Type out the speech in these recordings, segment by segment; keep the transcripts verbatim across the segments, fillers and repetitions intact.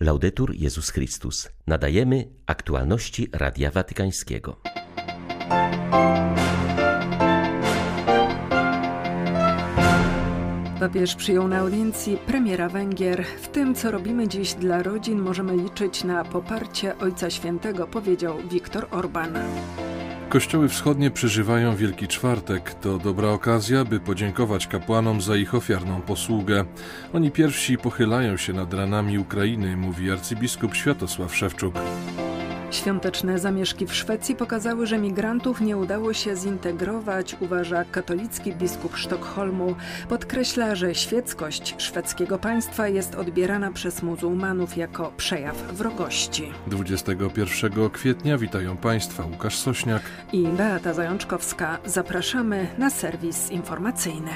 Laudetur Jezus Chrystus. Nadajemy aktualności Radia Watykańskiego. Papież przyjął na audiencji premiera Węgier. W tym, co robimy dziś dla rodzin, możemy liczyć na poparcie Ojca Świętego, powiedział Viktor Orban. Kościoły wschodnie przeżywają Wielki Czwartek. To dobra okazja, by podziękować kapłanom za ich ofiarną posługę. Oni pierwsi pochylają się nad ranami Ukrainy, mówi arcybiskup Światosław Szewczuk. Świąteczne zamieszki w Szwecji pokazały, że migrantów nie udało się zintegrować, uważa katolicki biskup Sztokholmu. Podkreśla, że świeckość szwedzkiego państwa jest odbierana przez muzułmanów jako przejaw wrogości. dwudziestego pierwszego kwietnia witają Państwa Łukasz Sośniak i Beata Zajączkowska. Zapraszamy na serwis informacyjny.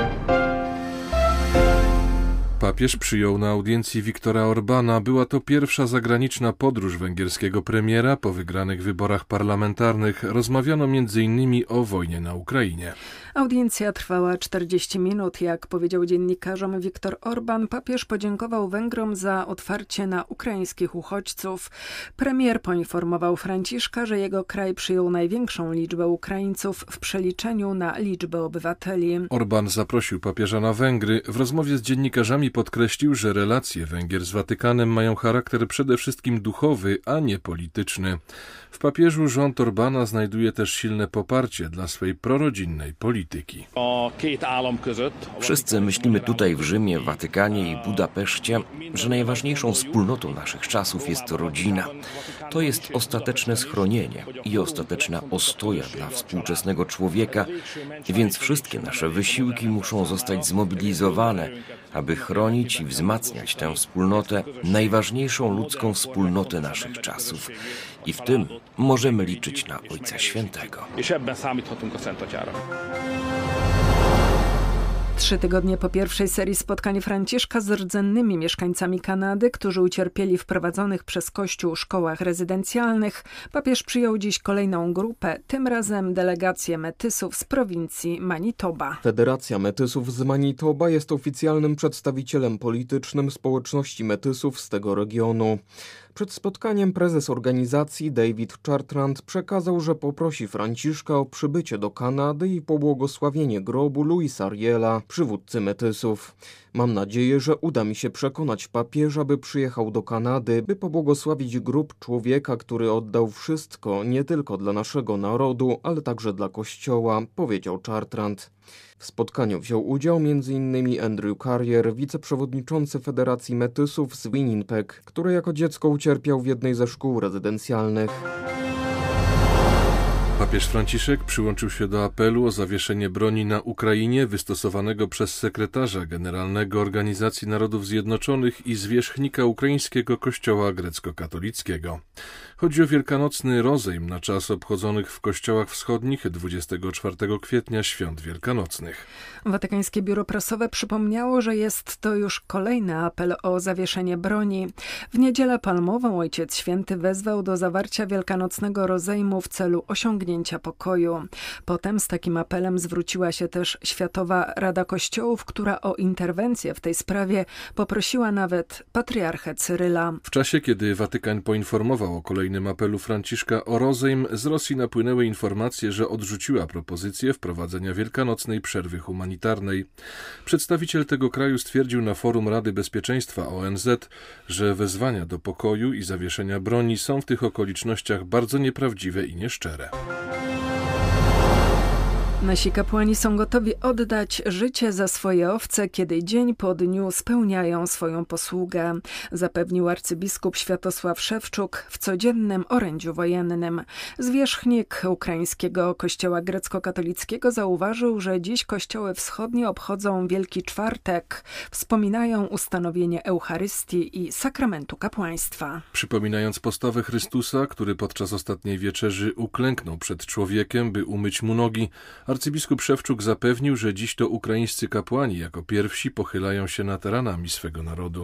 Papież przyjął na audiencji Viktora Orbana. Była to pierwsza zagraniczna podróż węgierskiego premiera po wygranych wyborach parlamentarnych. Rozmawiano między innymi o wojnie na Ukrainie. Audiencja trwała czterdzieści minut. Jak powiedział dziennikarzom Viktor Orban, papież podziękował Węgrom za otwarcie na ukraińskich uchodźców. Premier poinformował Franciszka, że jego kraj przyjął największą liczbę Ukraińców w przeliczeniu na liczbę obywateli. Orban zaprosił papieża na Węgry. W rozmowie z dziennikarzami podkreślił, że relacje Węgier z Watykanem mają charakter przede wszystkim duchowy, a nie polityczny. W papieżu rząd Orbana znajduje też silne poparcie dla swej prorodzinnej polityki. Wszyscy myślimy tutaj w Rzymie, w Watykanie i Budapeszcie, że najważniejszą wspólnotą naszych czasów jest rodzina. To jest ostateczne schronienie i ostateczna ostoja dla współczesnego człowieka, więc wszystkie nasze wysiłki muszą zostać zmobilizowane, aby chronić i wzmacniać tę wspólnotę, najważniejszą ludzką wspólnotę naszych czasów. I w tym możemy liczyć na Ojca Świętego. Trzy tygodnie po pierwszej serii spotkań Franciszka z rdzennymi mieszkańcami Kanady, którzy ucierpieli w prowadzonych przez Kościół szkołach rezydencjalnych, papież przyjął dziś kolejną grupę, tym razem delegację metysów z prowincji Manitoba. Federacja Metysów z Manitoba jest oficjalnym przedstawicielem politycznym społeczności metysów z tego regionu. Przed spotkaniem prezes organizacji David Chartrand przekazał, że poprosi Franciszka o przybycie do Kanady i pobłogosławienie grobu Louisa Riela, przywódcy metysów. Mam nadzieję, że uda mi się przekonać papieża, by przyjechał do Kanady, by pobłogosławić grób człowieka, który oddał wszystko nie tylko dla naszego narodu, ale także dla Kościoła, powiedział Chartrand. W spotkaniu wziął udział między innymi Andrew Carrier, wiceprzewodniczący Federacji Metysów z Winnipeg, który jako dziecko ucierpiał w jednej ze szkół rezydencjalnych. Papież Franciszek przyłączył się do apelu o zawieszenie broni na Ukrainie wystosowanego przez sekretarza generalnego Organizacji Narodów Zjednoczonych i zwierzchnika ukraińskiego kościoła grecko-katolickiego. Chodzi o wielkanocny rozejm na czas obchodzonych w kościołach wschodnich dwudziestego czwartego kwietnia świąt wielkanocnych. Watykańskie biuro prasowe przypomniało, że jest to już kolejny apel o zawieszenie broni. W niedzielę palmową Ojciec Święty wezwał do zawarcia wielkanocnego rozejmu w celu osiągnięcia pokoju. Potem z takim apelem zwróciła się też Światowa Rada Kościołów, która o interwencję w tej sprawie poprosiła nawet patriarchę Cyryla. W czasie, kiedy Watykan poinformował o kolejnym apelu Franciszka o rozejm, z Rosji napłynęły informacje, że odrzuciła propozycję wprowadzenia wielkanocnej przerwy humanitarnej. Przedstawiciel tego kraju stwierdził na forum Rady Bezpieczeństwa O N Z, że wezwania do pokoju i zawieszenia broni są w tych okolicznościach bardzo nieprawdziwe i nieszczere. Nasi kapłani są gotowi oddać życie za swoje owce, kiedy dzień po dniu spełniają swoją posługę, zapewnił arcybiskup Światosław Szewczuk w codziennym orędziu wojennym. Zwierzchnik ukraińskiego kościoła grecko-katolickiego zauważył, że dziś kościoły wschodnie obchodzą Wielki Czwartek, wspominają ustanowienie Eucharystii i sakramentu kapłaństwa. Przypominając postawę Chrystusa, który podczas ostatniej wieczerzy uklęknął przed człowiekiem, by umyć mu nogi, arcybiskup Szewczuk zapewnił, że dziś to ukraińscy kapłani jako pierwsi pochylają się nad ranami swego narodu.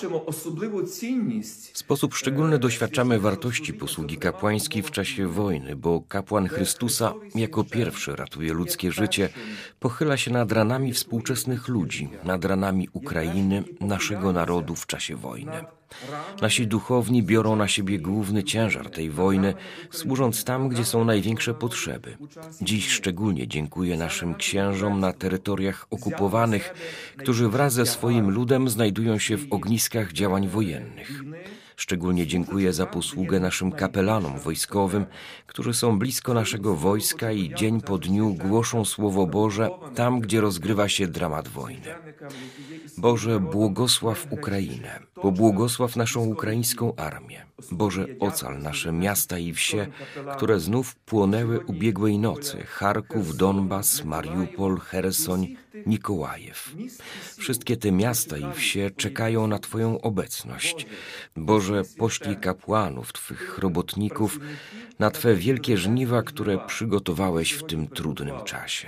W sposób szczególny doświadczamy wartości posługi kapłańskiej w czasie wojny, bo kapłan Chrystusa jako pierwszy ratuje ludzkie życie, pochyla się nad ranami współczesnych ludzi, nad ranami Ukrainy, naszego narodu w czasie wojny. Nasi duchowni biorą na siebie główny ciężar tej wojny, służąc tam, gdzie są największe potrzeby. Dziś szczególnie dziękuję naszym księżom na terytoriach okupowanych, którzy wraz ze swoim ludem znajdują się w ogniskach działań wojennych. Szczególnie dziękuję za posługę naszym kapelanom wojskowym, którzy są blisko naszego wojska i dzień po dniu głoszą Słowo Boże tam, gdzie rozgrywa się dramat wojny. Boże, błogosław Ukrainę, pobłogosław naszą ukraińską armię. Boże, ocal nasze miasta i wsie, które znów płonęły ubiegłej nocy. Charków, Donbas, Mariupol, Chersoń, Nikołajew. Wszystkie te miasta i wsie czekają na Twoją obecność. Boże, poślij kapłanów, Twych robotników, na Twe wielkie żniwa, które przygotowałeś w tym trudnym czasie.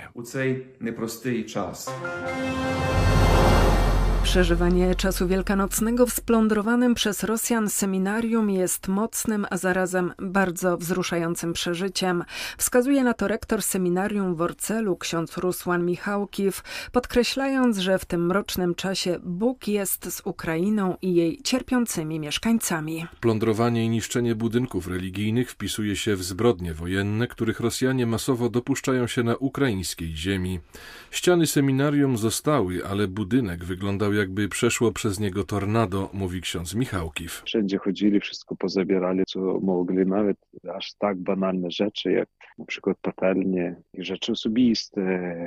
Przeżywanie czasu wielkanocnego w splądrowanym przez Rosjan seminarium jest mocnym, a zarazem bardzo wzruszającym przeżyciem. Wskazuje na to rektor seminarium w Worcelu, ksiądz Rusłan Michałkiw, podkreślając, że w tym mrocznym czasie Bóg jest z Ukrainą i jej cierpiącymi mieszkańcami. Plądrowanie i niszczenie budynków religijnych wpisuje się w zbrodnie wojenne, których Rosjanie masowo dopuszczają się na ukraińskiej ziemi. Ściany seminarium zostały, ale budynek wyglądał jakby przeszło przez niego tornado, mówi ksiądz Michałkiw. Wszędzie chodzili, wszystko pozabierali, co mogli, nawet aż tak banalne rzeczy, jak na przykład patelnie, rzeczy osobiste,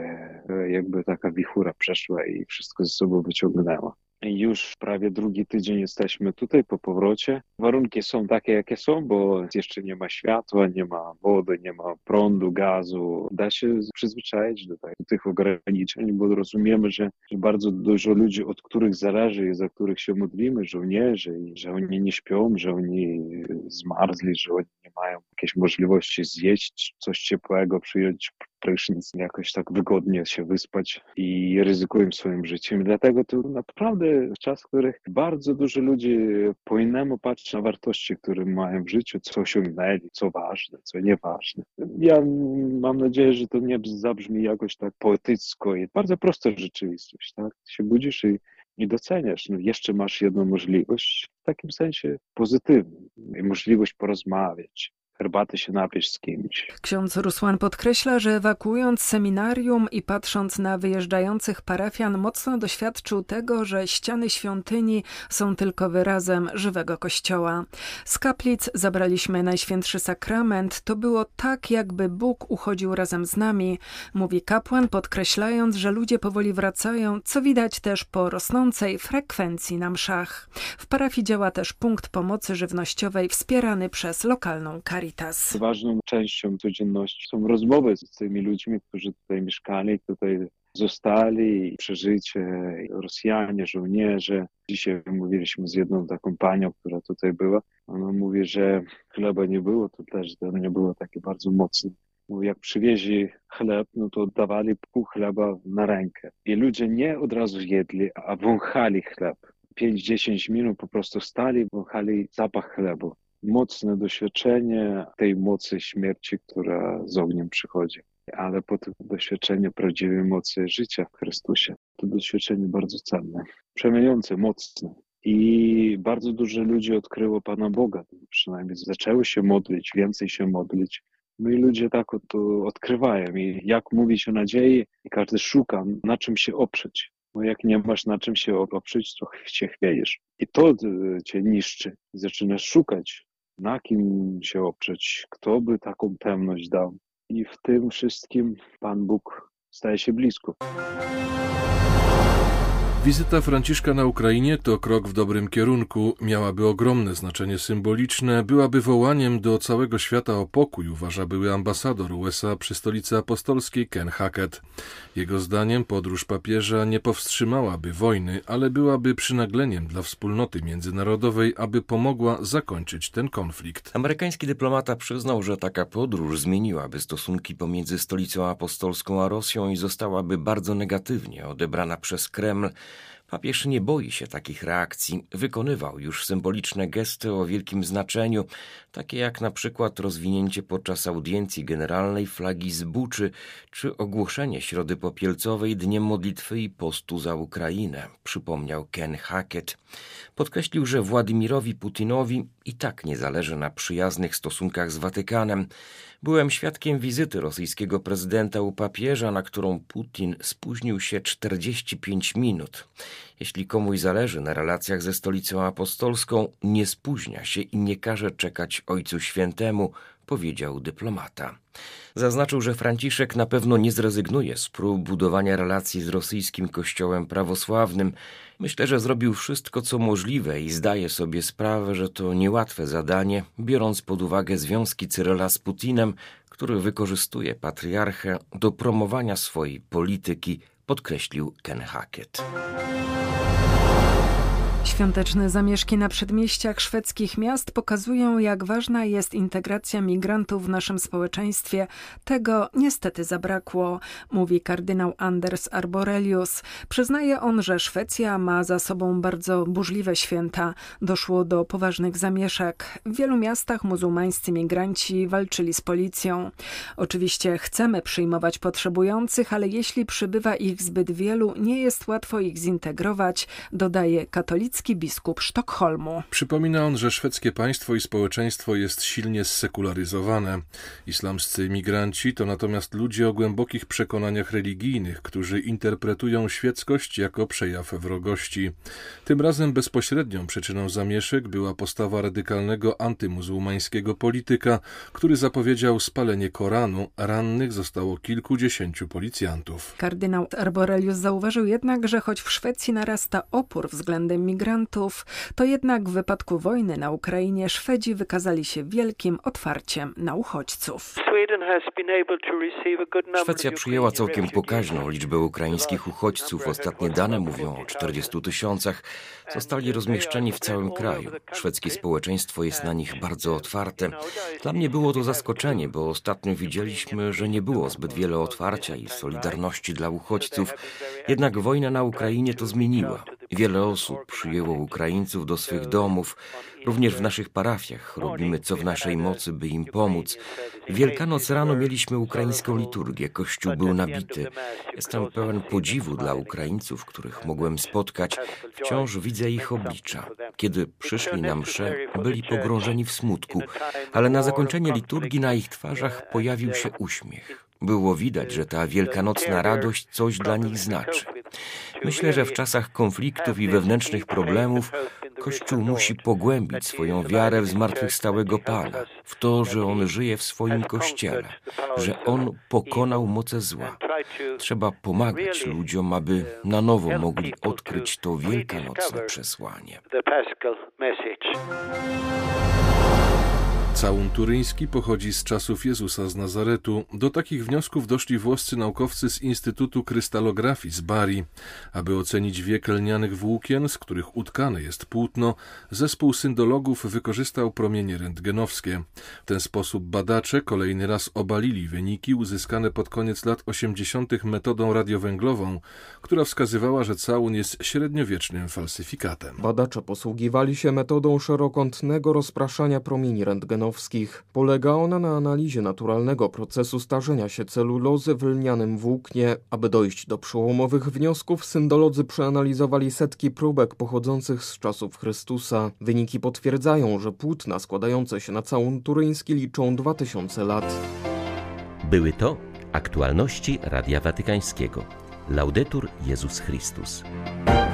jakby taka wichura przeszła i wszystko ze sobą wyciągnęła. Już prawie drugi tydzień jesteśmy tutaj po powrocie. Warunki są takie, jakie są, bo jeszcze nie ma światła, nie ma wody, nie ma prądu, gazu. Da się przyzwyczaić do tych ograniczeń, bo rozumiemy, że bardzo dużo ludzi, od których zależy i za których się modlimy, żołnierzy, i że oni nie śpią, że oni zmarzli, że oni nie mają jakiejś możliwości zjeść coś ciepłego, przyjąć prysznic, jakoś tak wygodnie się wyspać i ryzykują swoim życiem. Dlatego to naprawdę czas, w których bardzo dużo ludzi po innemu patrzy na wartości, które mają w życiu, co osiągnęli, co ważne, co nieważne. Ja mam nadzieję, że to nie zabrzmi jakoś tak poetycko i bardzo prosta rzeczywistość, tak? Się budzisz i i doceniasz. No jeszcze masz jedną możliwość, w takim sensie pozytywnym, możliwość porozmawiać, herbaty się napić z kimś. Ksiądz Rusłan podkreśla, że ewakuując seminarium i patrząc na wyjeżdżających parafian, mocno doświadczył tego, że ściany świątyni są tylko wyrazem żywego kościoła. Z kaplic zabraliśmy Najświętszy Sakrament. To było tak, jakby Bóg uchodził razem z nami, mówi kapłan, podkreślając, że ludzie powoli wracają, co widać też po rosnącej frekwencji na mszach. W parafii działa też punkt pomocy żywnościowej wspierany przez lokalną Caritas. Ważną częścią codzienności są rozmowy z tymi ludźmi, którzy tutaj mieszkali, tutaj zostali, przeżycie, Rosjanie, żołnierze. Dzisiaj mówiliśmy z jedną taką panią, która tutaj była. Ona mówi, że chleba nie było, to też to nie było takie bardzo mocne. Mówi, jak przywieźli chleb, no to dawali pół chleba na rękę. I ludzie nie od razu jedli, a wąchali chleb. pięć dziesięć minut po prostu stali, wąchali zapach chlebu. Mocne doświadczenie tej mocy śmierci, która z ogniem przychodzi, ale potem doświadczenie prawdziwej mocy życia w Chrystusie. To doświadczenie bardzo cenne, przemieniające, mocne. I bardzo dużo ludzi odkryło Pana Boga, przynajmniej zaczęły się modlić, więcej się modlić. No i ludzie tak to odkrywają. I jak mówi się o nadziei, i każdy szuka, na czym się oprzeć. Bo jak nie masz na czym się oprzeć, to się chwiejesz. I to cię niszczy. Zaczynasz szukać, na kim się oprzeć, kto by taką pewność dał. I w tym wszystkim Pan Bóg staje się blisko. Wizyta Franciszka na Ukrainie to krok w dobrym kierunku, miałaby ogromne znaczenie symboliczne, byłaby wołaniem do całego świata o pokój, uważa były ambasador U S A przy Stolicy Apostolskiej Ken Hackett. Jego zdaniem podróż papieża nie powstrzymałaby wojny, ale byłaby przynagleniem dla wspólnoty międzynarodowej, aby pomogła zakończyć ten konflikt. Amerykański dyplomata przyznał, że taka podróż zmieniłaby stosunki pomiędzy Stolicą Apostolską a Rosją i zostałaby bardzo negatywnie odebrana przez Kreml. Papież nie boi się takich reakcji. Wykonywał już symboliczne gesty o wielkim znaczeniu, takie jak na przykład rozwinięcie podczas audiencji generalnej flagi z Buczy, czy ogłoszenie Środy Popielcowej Dniem Modlitwy i Postu za Ukrainę, przypomniał Ken Hackett. Podkreślił, że Władimirowi Putinowi i tak nie zależy na przyjaznych stosunkach z Watykanem. Byłem świadkiem wizyty rosyjskiego prezydenta u papieża, na którą Putin spóźnił się czterdzieści pięć minut. Jeśli komuś zależy na relacjach ze Stolicą Apostolską, nie spóźnia się i nie każe czekać Ojcu Świętemu, powiedział dyplomata. Zaznaczył, że Franciszek na pewno nie zrezygnuje z prób budowania relacji z rosyjskim kościołem prawosławnym. Myślę, że zrobił wszystko, co możliwe i zdaje sobie sprawę, że to niełatwe zadanie, biorąc pod uwagę związki Cyryla z Putinem, który wykorzystuje patriarchę do promowania swojej polityki, podkreślił Ken Hackett. Świąteczne zamieszki na przedmieściach szwedzkich miast pokazują, jak ważna jest integracja migrantów w naszym społeczeństwie. Tego niestety zabrakło, mówi kardynał Anders Arborelius. Przyznaje on, że Szwecja ma za sobą bardzo burzliwe święta. Doszło do poważnych zamieszek. W wielu miastach muzułmańscy migranci walczyli z policją. Oczywiście chcemy przyjmować potrzebujących, ale jeśli przybywa ich zbyt wielu, nie jest łatwo ich zintegrować, dodaje katolicki biskup Sztokholmu. Przypomina on, że szwedzkie państwo i społeczeństwo jest silnie zsekularyzowane. Islamscy migranci to natomiast ludzie o głębokich przekonaniach religijnych, którzy interpretują świeckość jako przejaw wrogości. Tym razem bezpośrednią przyczyną zamieszek była postawa radykalnego antymuzułmańskiego polityka, który zapowiedział spalenie Koranu. Rannych zostało kilkudziesięciu policjantów. Kardynał Arborelius zauważył jednak, że choć w Szwecji narasta opór względem migrantów, to jednak w wypadku wojny na Ukrainie Szwedzi wykazali się wielkim otwarciem na uchodźców. Szwecja przyjęła całkiem pokaźną liczbę ukraińskich uchodźców. Ostatnie dane mówią o czterdziestu tysiącach. Zostali rozmieszczeni w całym kraju. Szwedzkie społeczeństwo jest na nich bardzo otwarte. Dla mnie było to zaskoczenie, bo ostatnio widzieliśmy, że nie było zbyt wiele otwarcia i solidarności dla uchodźców. Jednak wojna na Ukrainie to zmieniła. Wiele osób przyjęło Ukraińców do swych domów. Również w naszych parafiach robimy co w naszej mocy, by im pomóc. W Wielkanoc rano mieliśmy ukraińską liturgię. Kościół był nabity. Jestem pełen podziwu dla Ukraińców, których mogłem spotkać. Wciąż widzę ich oblicza. Kiedy przyszli na mszę, byli pogrążeni w smutku, ale na zakończenie liturgii na ich twarzach pojawił się uśmiech. Było widać, że ta wielkanocna radość coś dla nich znaczy. Myślę, że w czasach konfliktów i wewnętrznych problemów Kościół musi pogłębić swoją wiarę w zmartwychwstałego Pana, w to, że On żyje w swoim Kościele, że On pokonał moce zła. Trzeba pomagać ludziom, aby na nowo mogli odkryć to wielkanocne przesłanie. Całun turyński pochodzi z czasów Jezusa z Nazaretu. Do takich wniosków doszli włoscy naukowcy z Instytutu Krystalografii z Bari. Aby ocenić wiek lnianych włókien, z których utkane jest płótno, zespół syndologów wykorzystał promienie rentgenowskie. W ten sposób badacze kolejny raz obalili wyniki uzyskane pod koniec lat osiemdziesiątych metodą radiowęglową, która wskazywała, że całun jest średniowiecznym falsyfikatem. Badacze posługiwali się metodą szerokątnego rozpraszania promieni rentgenowskich. Polega ona na analizie naturalnego procesu starzenia się celulozy w lnianym włóknie. Aby dojść do przełomowych wniosków, syndolodzy przeanalizowali setki próbek pochodzących z czasów Chrystusa. Wyniki potwierdzają, że płótna składające się na całun turyński liczą dwa tysiące lat. Były to aktualności Radia Watykańskiego. Laudetur Jezus Chrystus.